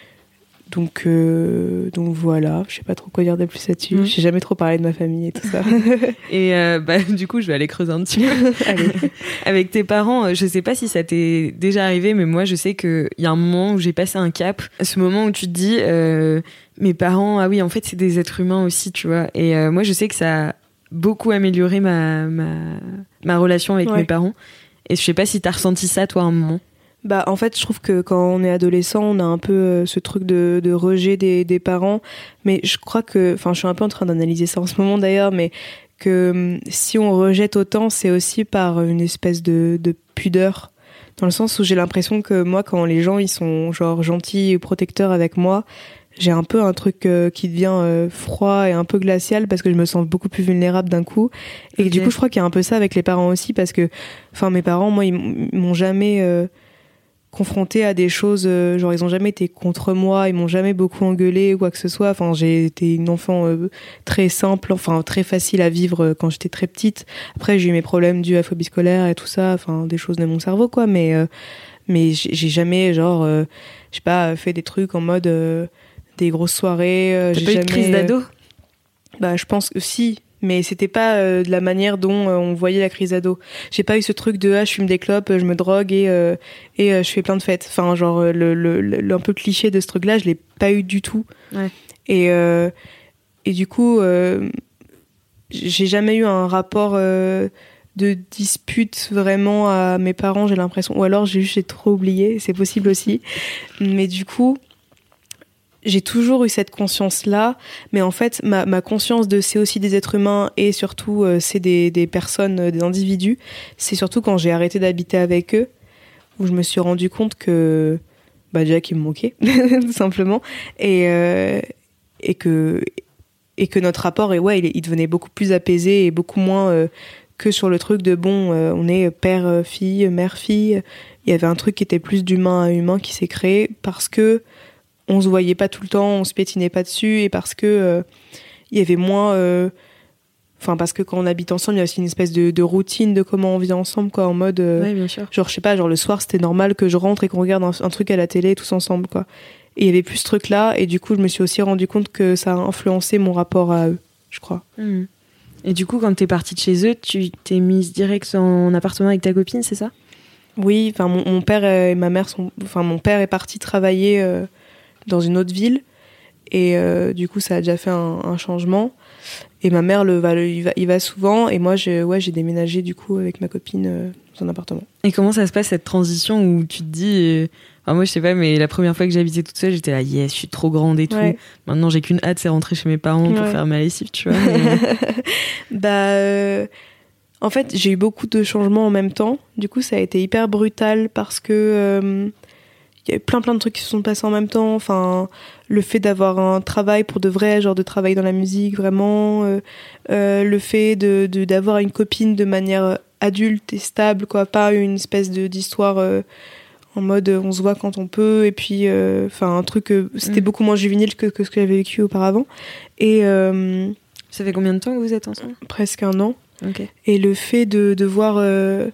donc euh, donc voilà, je sais pas trop quoi dire de plus là-dessus. Mmh. J'ai jamais trop parlé de ma famille et tout ça. Et euh, bah du coup, je vais aller creuser un petit peu. Allez. Avec tes parents, je sais pas si ça t'est déjà arrivé, mais moi, je sais que il y a un moment où j'ai passé un cap. Ce moment où tu te dis, euh, mes parents, ah oui, en fait, c'est des êtres humains aussi, tu vois. Et euh, moi, je sais que ça a beaucoup amélioré ma ma ma relation avec ouais. mes parents. Et je sais pas si t'as ressenti ça toi à un moment. Bah, en fait, je trouve que quand on est adolescent, on a un peu euh, ce truc de, de rejet des, des parents. Mais je crois que, enfin, je suis un peu en train d'analyser ça en ce moment d'ailleurs, mais que si on rejette autant, c'est aussi par une espèce de, de pudeur. Dans le sens où j'ai l'impression que moi, quand les gens, ils sont genre gentils ou protecteurs avec moi, j'ai un peu un truc euh, qui devient euh, froid et un peu glacial parce que je me sens beaucoup plus vulnérable d'un coup. Et okay. Du coup, je crois qu'il y a un peu ça avec les parents aussi parce que, enfin, mes parents, moi, ils m'ont jamais... Euh, confrontés à des choses, euh, genre ils ont jamais été contre moi, ils m'ont jamais beaucoup engueulé ou quoi que ce soit. Enfin, j'ai été une enfant euh, très simple, enfin très facile à vivre euh, quand j'étais très petite. Après, j'ai eu mes problèmes dus à la phobie scolaire et tout ça, enfin des choses de mon cerveau, quoi. Mais euh, mais j'ai, j'ai jamais genre, euh, je sais pas, fait des trucs en mode euh, des grosses soirées. Euh, T'as j'ai pas jamais, eu de crise d'ado ? euh, Bah, je pense que si. Mais c'était pas euh, de la manière dont euh, on voyait la crise ado. J'ai pas eu ce truc de ah je fume des clopes, je me drogue et euh, et euh, je fais plein de fêtes. Enfin genre le, le le un peu cliché de ce truc-là, je l'ai pas eu du tout. Ouais. Et euh, et du coup euh, j'ai jamais eu un rapport euh, de dispute vraiment à mes parents, j'ai l'impression. Ou alors j'ai juste j'ai trop oublié, c'est possible aussi. Mais du coup j'ai toujours eu cette conscience-là, mais en fait, ma, ma conscience de c'est aussi des êtres humains et surtout euh, c'est des, des personnes, euh, des individus, c'est surtout quand j'ai arrêté d'habiter avec eux, où je me suis rendu compte que, bah déjà qu'ils me manquaient, tout simplement, et, euh, et, que, et que notre rapport, et ouais, il, il devenait beaucoup plus apaisé et beaucoup moins euh, que sur le truc de bon, euh, on est père-fille, mère-fille. Il y avait un truc qui était plus d'humain à humain qui s'est créé parce que on se voyait pas tout le temps, on se pétinait pas dessus et parce que euh, il y avait moins enfin euh, parce que quand on habite ensemble, il y a aussi une espèce de, de routine de comment on vit ensemble quoi, en mode euh, ouais, bien sûr. Genre je sais pas, genre le soir c'était normal que je rentre et qu'on regarde un, un truc à la télé tous ensemble quoi. Et il y avait plus ce truc là et du coup, je me suis aussi rendu compte que ça a influencé mon rapport à eux, je crois. Mmh. Et du coup, quand t'es partie de chez eux, tu t'es mise direct en appartement avec ta copine, c'est ça? Oui, enfin mon, mon père et ma mère sont enfin mon père est parti travailler euh, dans une autre ville et euh, du coup ça a déjà fait un, un changement et ma mère le va le, il va il va souvent et moi je ouais j'ai déménagé du coup avec ma copine euh, dans un appartement. Et comment ça se passe cette transition où tu te dis euh, enfin, moi je sais pas mais la première fois que j'habitais toute seule j'étais là yes je suis trop grande et tout, ouais. Maintenant j'ai qu'une hâte c'est rentrer chez mes parents pour ouais. faire ma lessive tu vois mais... bah euh, en fait j'ai eu beaucoup de changements en même temps, du coup ça a été hyper brutal parce que euh, il y a eu plein plein de trucs qui se sont passés en même temps, enfin le fait d'avoir un travail pour de vrai, genre de travailler dans la musique vraiment, euh, euh, le fait de, de d'avoir une copine de manière adulte et stable quoi, pas une espèce de d'histoire euh, en mode euh, on se voit quand on peut et puis enfin euh, un truc euh, c'était mmh. beaucoup moins juvénile que, que ce que j'avais vécu auparavant et euh, ça fait combien de temps que vous êtes ensemble? Presque un an. Okay. Et le fait de de voir euh,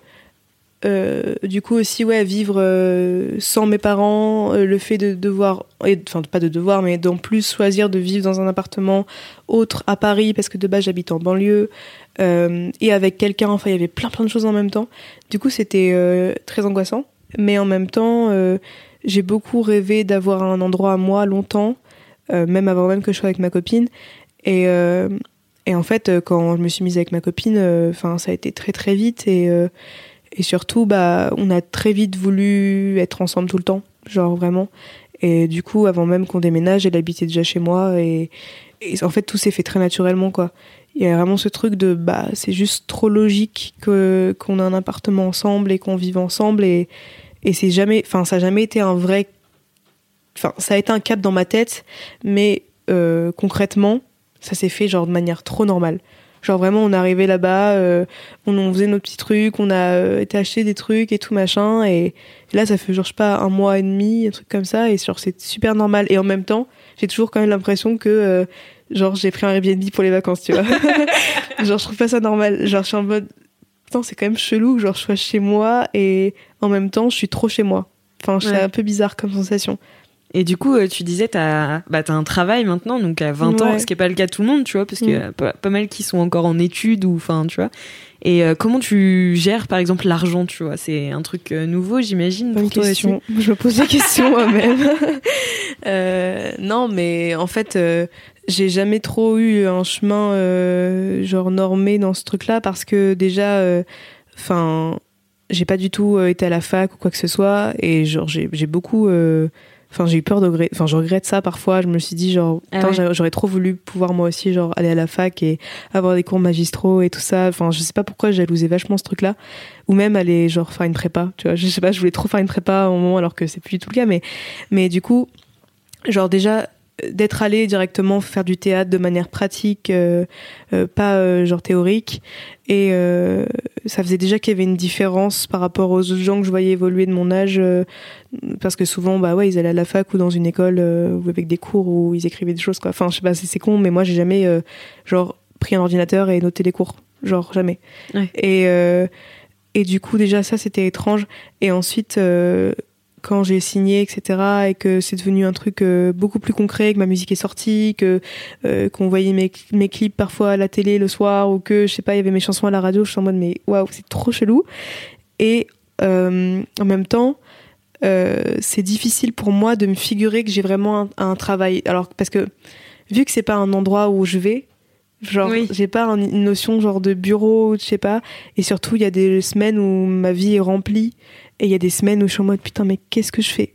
Euh, du coup aussi ouais vivre euh, sans mes parents, euh, le fait de devoir enfin pas de devoir mais d'en plus choisir de vivre dans un appartement autre à Paris parce que de base j'habite en banlieue euh, et avec quelqu'un, enfin il y avait plein plein de choses en même temps, du coup c'était euh, très angoissant mais en même temps euh, j'ai beaucoup rêvé d'avoir un endroit à moi longtemps euh, même avant même que je sois avec ma copine et euh, et en fait quand je me suis mise avec ma copine enfin euh, ça a été très très vite et euh, Et surtout, bah, on a très vite voulu être ensemble tout le temps, genre vraiment. Et du coup, avant même qu'on déménage, elle habitait déjà chez moi. Et, et en fait, tout s'est fait très naturellement, quoi. Il y a vraiment ce truc de, bah, c'est juste trop logique que, qu'on a un appartement ensemble et qu'on vive ensemble. Et, et c'est jamais, enfin, ça n'a jamais été un vrai, enfin, ça a été un cap dans ma tête, mais euh, concrètement, ça s'est fait genre de manière trop normale. Genre vraiment, on est arrivé là-bas, euh, on, on faisait nos petits trucs, on a euh, été acheter des trucs et tout machin. Et, et là, ça fait genre, je sais pas, un mois et demi, un truc comme ça. Et genre, c'est super normal. Et en même temps, j'ai toujours quand même l'impression que, euh, genre, j'ai pris un Airbnb pour les vacances, tu vois. Genre, je trouve pas ça normal. Genre, je suis en mode, putain, c'est quand même chelou que genre, je sois chez moi et en même temps, je suis trop chez moi. Enfin, c'est ouais. un peu bizarre comme sensation. Et du coup, tu disais, t'as, bah, t'as un travail maintenant, donc à vingt ans, ouais. ce qui n'est pas le cas de tout le monde, tu vois, parce qu'il mmh. y a pas, pas mal qui sont encore en études, ou enfin, tu vois. Et euh, comment tu gères, par exemple, l'argent, tu vois? C'est un truc euh, nouveau, j'imagine, pour Bonne toi question. aussi. Je me pose la question moi-même. euh, non, mais en fait, euh, j'ai jamais trop eu un chemin euh, genre normé dans ce truc-là, parce que déjà, enfin, euh, j'ai pas du tout été à la fac ou quoi que ce soit, et genre, j'ai, j'ai beaucoup... Euh, Enfin, j'ai eu peur de regretter, enfin, je regrette ça parfois. Je me suis dit, genre, ah ouais. j'aurais trop voulu pouvoir moi aussi, genre, aller à la fac et avoir des cours magistraux et tout ça. Enfin, je sais pas pourquoi j'ai jalousé vachement ce truc-là. Ou même aller, genre, faire une prépa, tu vois. Je sais pas, je voulais trop faire une prépa à un moment alors que c'est plus du tout le cas, mais, mais du coup, genre, déjà, d'être allé directement faire du théâtre de manière pratique, euh, euh, pas euh, genre théorique, et euh, ça faisait déjà qu'il y avait une différence par rapport aux autres gens que je voyais évoluer de mon âge, euh, parce que souvent bah ouais ils allaient à la fac ou dans une école euh, ou avec des cours où ils écrivaient des choses quoi. Enfin je sais pas, c'est, c'est con mais moi j'ai jamais euh, genre pris un ordinateur et noté les cours, genre jamais. Ouais. Et euh, et du coup déjà ça c'était étrange, et ensuite euh, quand j'ai signé, et cetera, et que c'est devenu un truc euh, beaucoup plus concret, que ma musique est sortie, que euh, qu'on voyait mes, mes clips parfois à la télé le soir, ou que, je sais pas, il y avait mes chansons à la radio, je suis en mode, mais waouh, c'est trop chelou. Et euh, en même temps, euh, c'est difficile pour moi de me figurer que j'ai vraiment un, un travail. Alors, parce que, vu que c'est pas un endroit où je vais, genre, oui. j'ai pas un, une notion genre de bureau, je sais pas, et surtout, il y a des semaines où ma vie est remplie, et il y a des semaines où je suis en mode putain mais qu'est-ce que je fais,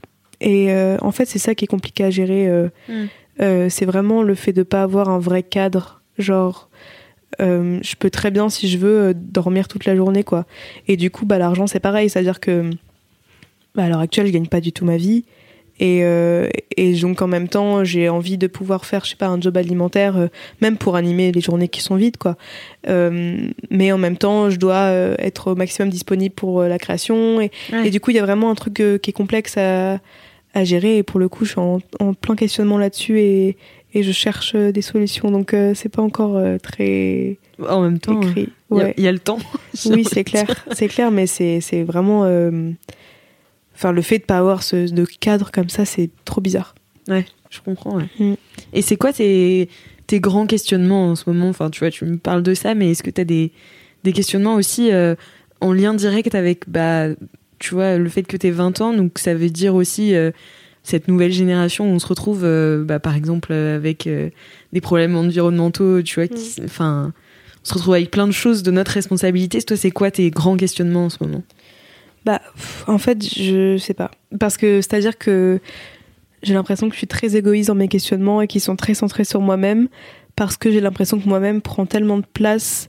Et euh, en fait, c'est ça qui est compliqué à gérer. Euh, mm. euh, c'est vraiment le fait de pas avoir un vrai cadre. Genre, euh, je peux très bien, si je veux, dormir toute la journée, quoi. Et du coup, bah, l'argent, c'est pareil. C'est-à-dire que, bah, à l'heure actuelle, je gagne pas du tout ma vie. Et, euh, et donc, en même temps, j'ai envie de pouvoir faire, je sais pas, un job alimentaire, euh, même pour animer les journées qui sont vides, quoi. Euh, mais en même temps, je dois euh, être au maximum disponible pour euh, la création. Et, ouais. et du coup, il y a vraiment un truc euh, qui est complexe à, à gérer. Et pour le coup, je suis en, en plein questionnement là-dessus et, et je cherche euh, des solutions. Donc, euh, c'est pas encore euh, très en même temps, écrit. Il ouais. y, y a le temps. Oui, c'est clair. C'est clair, mais c'est, c'est vraiment... Euh, Enfin, le fait de pas avoir ce de cadre comme ça, c'est trop bizarre. Ouais, je comprends. Ouais. Mm. Et c'est quoi tes, tes grands questionnements en ce moment ? Enfin, tu vois, tu me parles de ça, mais est-ce que tu as des, des questionnements aussi euh, en lien direct avec, bah, tu vois, le fait que tu aies vingt ans, donc ça veut dire aussi euh, cette nouvelle génération où on se retrouve, euh, bah, par exemple, avec euh, des problèmes environnementaux, tu vois, enfin, mm. on se retrouve avec plein de choses de notre responsabilité. Toi, c'est quoi tes grands questionnements en ce moment ? Bah, pff, en fait, je sais pas. Parce que, c'est-à-dire que j'ai l'impression que je suis très égoïste dans mes questionnements et qu'ils sont très centrés sur moi-même, parce que j'ai l'impression que moi-même prends tellement de place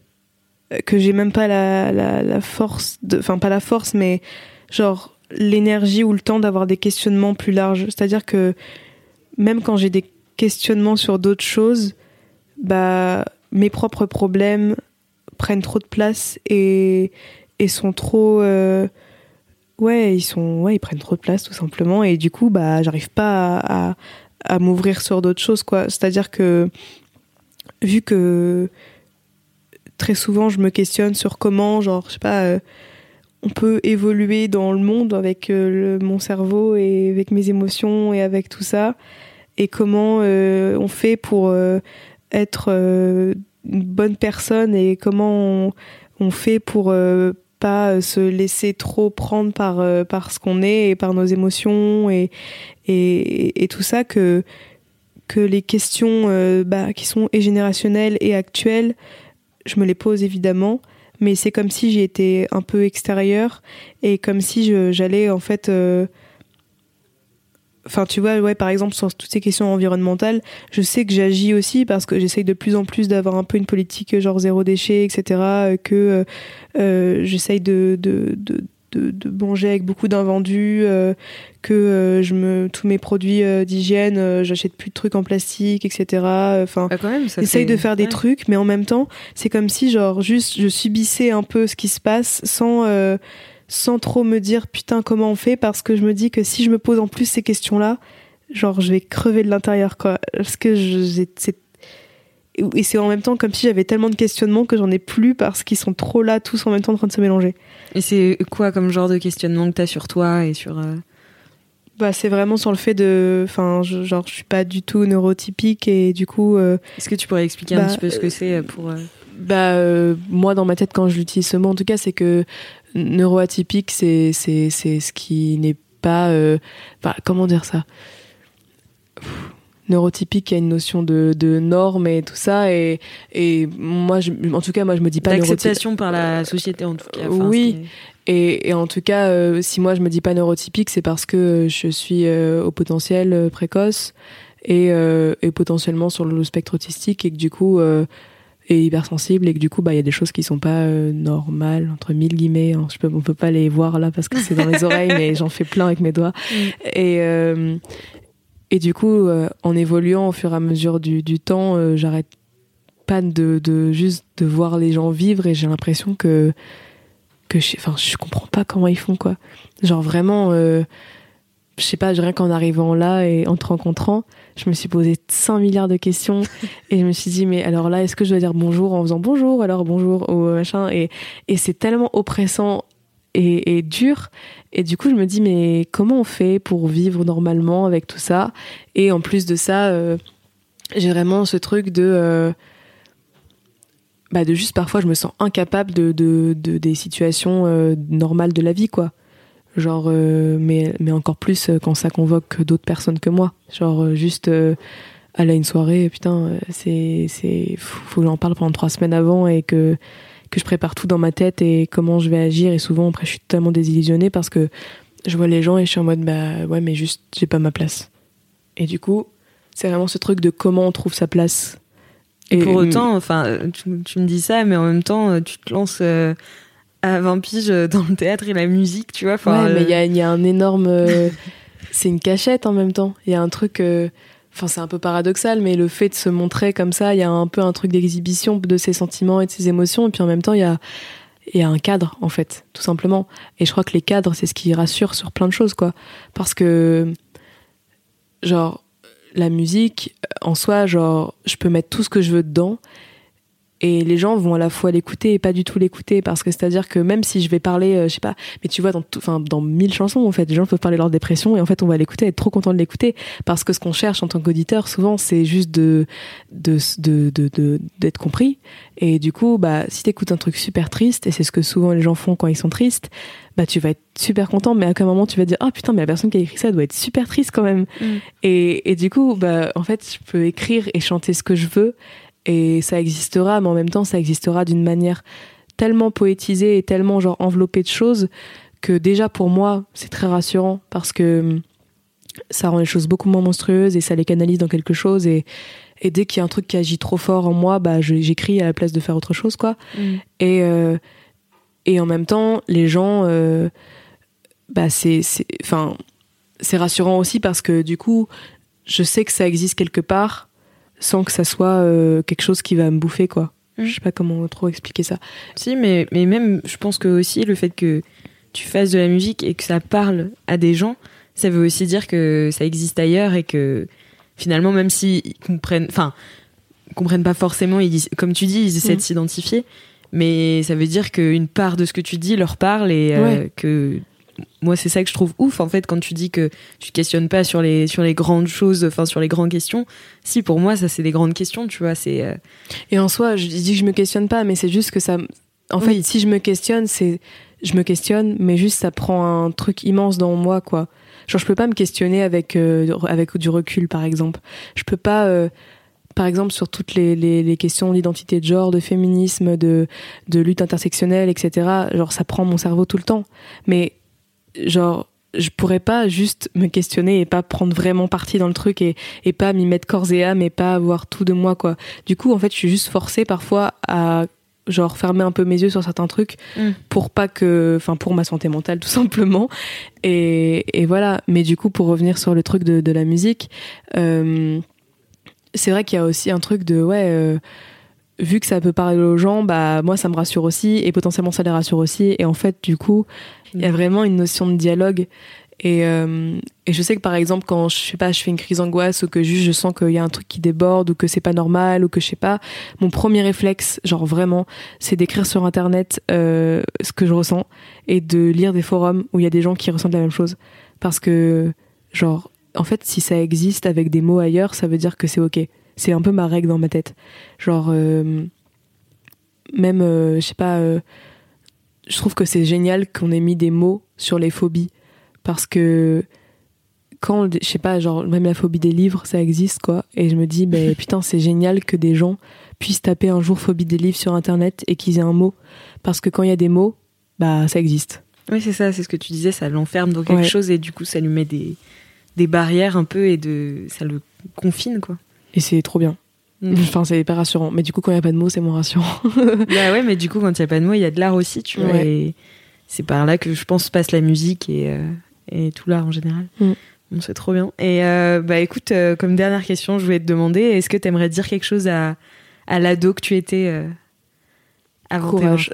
que j'ai même pas la, la, la force, de, enfin pas la force, mais genre l'énergie ou le temps d'avoir des questionnements plus larges. C'est-à-dire que même quand j'ai des questionnements sur d'autres choses, bah, mes propres problèmes prennent trop de place et... et sont trop euh, ouais ils sont ouais ils prennent trop de place tout simplement et du coup bah j'arrive pas à, à, à m'ouvrir sur d'autres choses, quoi. C'est-à-dire que vu que très souvent je me questionne sur comment, genre je sais pas, euh, on peut évoluer dans le monde avec euh, le, mon cerveau et avec mes émotions et avec tout ça, et comment euh, on fait pour euh, être euh, une bonne personne, et comment on, on fait pour euh, pas se laisser trop prendre par, euh, par ce qu'on est et par nos émotions et, et, et tout ça, que, que les questions euh, bah, qui sont et générationnelles et actuelles, je me les pose évidemment, mais c'est comme si j'y étais un peu extérieure et comme si je, j'allais en fait... Euh, Enfin, tu vois, ouais, par exemple, sur toutes ces questions environnementales, je sais que j'agis aussi parce que j'essaye de plus en plus d'avoir un peu une politique genre zéro déchet, et cetera, que euh, j'essaye de, de, de, de, de manger avec beaucoup d'invendus, euh, que euh, je me, tous mes produits euh, d'hygiène, euh, j'achète plus de trucs en plastique, et cetera. Enfin, ah, quand même, ça j'essaye fait... de faire des ouais. trucs, mais en même temps, c'est comme si, genre, juste, je subissais un peu ce qui se passe sans... Euh, sans trop me dire putain comment on fait, parce que je me dis que si je me pose en plus ces questions-là, genre je vais crever de l'intérieur, quoi. Parce que je, j'ai, c'est... Et c'est en même temps comme si j'avais tellement de questionnements que j'en ai plus parce qu'ils sont trop là, tous en même temps en train de se mélanger. Et c'est quoi comme genre de questionnement que t'as sur toi et sur... Euh... Bah, c'est vraiment sur le fait de... Enfin, je, genre je suis pas du tout neurotypique et du coup... Euh, Est-ce que tu pourrais expliquer bah, un petit peu ce que c'est pour... Euh... Bah, euh, moi dans ma tête quand je l'utilise ce mot, en tout cas, c'est que neuroatypique, c'est, c'est, c'est ce qui n'est pas... Euh, enfin, comment dire ça ? Pff, neurotypique, il y a une notion de, de normes et tout ça, et, et moi, je, en tout cas, moi, je me dis pas neurotypique. D'acceptation par la société, en tout cas. Enfin, oui, et, et en tout cas, euh, si moi, je me dis pas neurotypique, c'est parce que je suis euh, au potentiel euh, précoce et, euh, et potentiellement sur le spectre autistique, et que du coup... Euh, et hypersensible, et que du coup bah il y a des choses qui sont pas euh, normales entre mille guillemets, hein. Je peux, on peut pas les voir là parce que c'est dans les oreilles, mais j'en fais plein avec mes doigts. Mm. Et euh, et du coup euh, en évoluant au fur et à mesure du du temps, euh, j'arrête pas de de juste de voir les gens vivre, et j'ai l'impression que que je, enfin je comprends pas comment ils font, quoi. Genre vraiment euh, je sais pas, rien qu'en arrivant là et en te rencontrant, je me suis posé cinq milliards de questions et je me suis dit, mais alors là, est-ce que je dois dire bonjour en faisant bonjour, alors bonjour ou machin, et, et c'est tellement oppressant et, et dur, et du coup je me dis, mais comment on fait pour vivre normalement avec tout ça? Et en plus de ça, euh, j'ai vraiment ce truc de euh, bah de juste parfois je me sens incapable de, de, de des situations euh, normales de la vie, quoi. Genre euh, mais mais encore plus quand ça convoque d'autres personnes que moi, genre euh, juste euh, aller à une soirée, putain euh, c'est c'est faut, faut que j'en parle pendant trois semaines avant, et que que je prépare tout dans ma tête et comment je vais agir, et souvent après je suis totalement désillusionnée parce que je vois les gens et je suis en mode bah ouais, mais juste j'ai pas ma place. Et du coup, c'est vraiment ce truc de comment on trouve sa place. Et, et pour autant, enfin, tu, tu me dis ça, mais en même temps, tu te lances euh, à vingt piges dans le théâtre et la musique, tu vois. Ouais, euh... mais il y a, y a un énorme. Euh, c'est une cachette en même temps. Il y a un truc. Euh, Enfin, c'est un peu paradoxal, mais le fait de se montrer comme ça, il y a un peu un truc d'exhibition de ses sentiments et de ses émotions, et puis en même temps, il y a, il y a un cadre, en fait, tout simplement. Et je crois que les cadres, c'est ce qui rassure sur plein de choses, quoi. Parce que, genre, la musique, en soi, genre, je peux mettre tout ce que je veux dedans, et les gens vont à la fois l'écouter et pas du tout l'écouter, parce que c'est-à-dire que même si je vais parler, euh, je sais pas, mais tu vois, dans tout, enfin, dans mille chansons, en fait, les gens peuvent parler de leur dépression, et en fait, on va l'écouter, être trop content de l'écouter, parce que ce qu'on cherche en tant qu'auditeur, souvent, c'est juste de, de, de, de, de, d'être compris. Et du coup, bah, si t'écoutes un truc super triste, et c'est ce que souvent les gens font quand ils sont tristes, bah, tu vas être super content, mais à un moment, tu vas te dire, ah, oh, putain, mais la personne qui a écrit ça doit être super triste quand même. Mm. Et, et du coup, bah, en fait, je peux écrire et chanter ce que je veux, et ça existera, mais en même temps, ça existera d'une manière tellement poétisée et tellement genre enveloppée de choses que déjà pour moi, c'est très rassurant parce que ça rend les choses beaucoup moins monstrueuses et ça les canalise dans quelque chose. Et, et dès qu'il y a un truc qui agit trop fort en moi, bah, je, j'écris à la place de faire autre chose, quoi. Mm. Et, euh, et en même temps, les gens, euh, bah, c'est, c'est, enfin, c'est rassurant aussi parce que du coup, je sais que ça existe quelque part sans que ça soit euh, quelque chose qui va me bouffer, quoi. Mmh. Je sais pas comment trop expliquer ça. Si, mais, mais même, je pense que aussi le fait que tu fasses de la musique et que ça parle à des gens, ça veut aussi dire que ça existe ailleurs et que finalement, même s'ils comprennent, enfin, comprennent pas forcément, ils disent, comme tu dis, ils essaient mmh. de s'identifier, mais ça veut dire qu'une part de ce que tu dis leur parle et euh, ouais. que... Moi, c'est ça que je trouve ouf, en fait, quand tu dis que tu te questionnes pas sur les, sur les grandes choses, enfin, sur les grandes questions. Si, pour moi, ça, c'est des grandes questions, tu vois, c'est... Euh... Et en soi, je dis que je me questionne pas, mais c'est juste que ça... En oui. fait, si je me questionne, c'est... Je me questionne, mais juste, ça prend un truc immense dans moi, quoi. Genre, je peux pas me questionner avec, euh, avec du recul, par exemple. Je peux pas... Euh... Par exemple, sur toutes les, les, les questions d'identité de genre, de féminisme, de, de lutte intersectionnelle, et cetera, genre, ça prend mon cerveau tout le temps. Mais... genre je pourrais pas juste me questionner et pas prendre vraiment parti dans le truc et et pas m'y mettre corps et âme et pas avoir tout de moi, quoi. Du coup, en fait, je suis juste forcée parfois à genre fermer un peu mes yeux sur certains trucs mm. pour pas que enfin pour ma santé mentale, tout simplement. Et et voilà, mais du coup, pour revenir sur le truc de de la musique, euh, c'est vrai qu'il y a aussi un truc de ouais euh, vu que ça peut parler aux gens, bah moi ça me rassure aussi et potentiellement ça les rassure aussi, et en fait du coup il y a vraiment une notion de dialogue et euh, et je sais que par exemple quand je sais pas je fais une crise d'angoisse ou que juste je sens qu'il y a un truc qui déborde ou que c'est pas normal ou que je sais pas, mon premier réflexe genre vraiment c'est d'écrire sur internet euh, ce que je ressens et de lire des forums où il y a des gens qui ressentent la même chose, parce que genre en fait si ça existe avec des mots ailleurs, ça veut dire que c'est ok. C'est un peu ma règle dans ma tête. Genre, euh, même, euh, je sais pas, euh, je trouve que c'est génial qu'on ait mis des mots sur les phobies. Parce que quand, je sais pas, genre, même la phobie des livres, ça existe, quoi. Et je me dis, ben, putain, c'est génial que des gens puissent taper un jour phobie des livres sur Internet et qu'ils aient un mot. Parce que quand il y a des mots, bah, ça existe. Oui, c'est ça, c'est ce que tu disais, ça l'enferme dans quelque ouais. chose et du coup, ça lui met des, des barrières un peu et de, ça le confine, quoi. Et c'est trop bien. Mmh. Enfin, c'est hyper rassurant. Mais du coup, quand il n'y a pas de mots, c'est moins rassurant. Bah ouais, mais du coup, quand il n'y a pas de mots, il y a de l'art aussi, tu vois. Ouais. Et c'est par là que je pense passe la musique et, euh, et tout l'art en général. Mmh. Bon, c'est trop bien. Et euh, bah écoute, euh, comme dernière question, je voulais te demander, est-ce que tu aimerais dire quelque chose à, à l'ado que tu étais euh, avant Courage.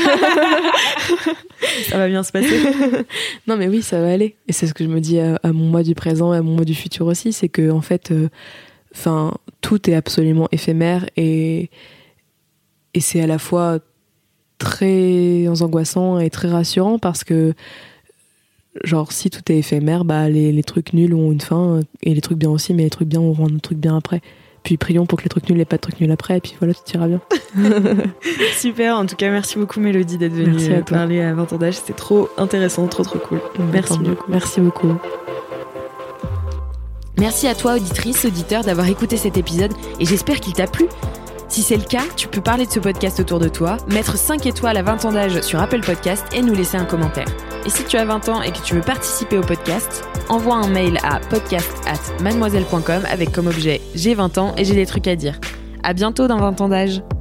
Ça va bien se passer. Non, mais oui, ça va aller. Et c'est ce que je me dis à, à mon moi du présent et à mon moi du futur aussi, c'est que en fait... Euh, Enfin, tout est absolument éphémère et, et c'est à la fois très angoissant et très rassurant parce que, genre, si tout est éphémère, bah, les, les trucs nuls ont une fin et les trucs bien aussi, mais les trucs bien auront un truc bien après. Puis prions pour que les trucs nuls n'aient pas de trucs nuls après, et puis voilà, tout ira bien. Super, en tout cas, merci beaucoup Mélodie d'être venue à parler à vingt ans d'âge. C'était trop intéressant, trop trop cool. Merci beaucoup. Merci beaucoup. Merci à toi, auditrice, auditeur, d'avoir écouté cet épisode et j'espère qu'il t'a plu. Si c'est le cas, tu peux parler de ce podcast autour de toi, mettre cinq étoiles à vingt ans d'âge sur Apple Podcast et nous laisser un commentaire. Et si tu as vingt ans et que tu veux participer au podcast, envoie un mail à podcast arobase mademoiselle point com avec comme objet « J'ai vingt ans et j'ai des trucs à dire ». À bientôt dans vingt ans d'âge.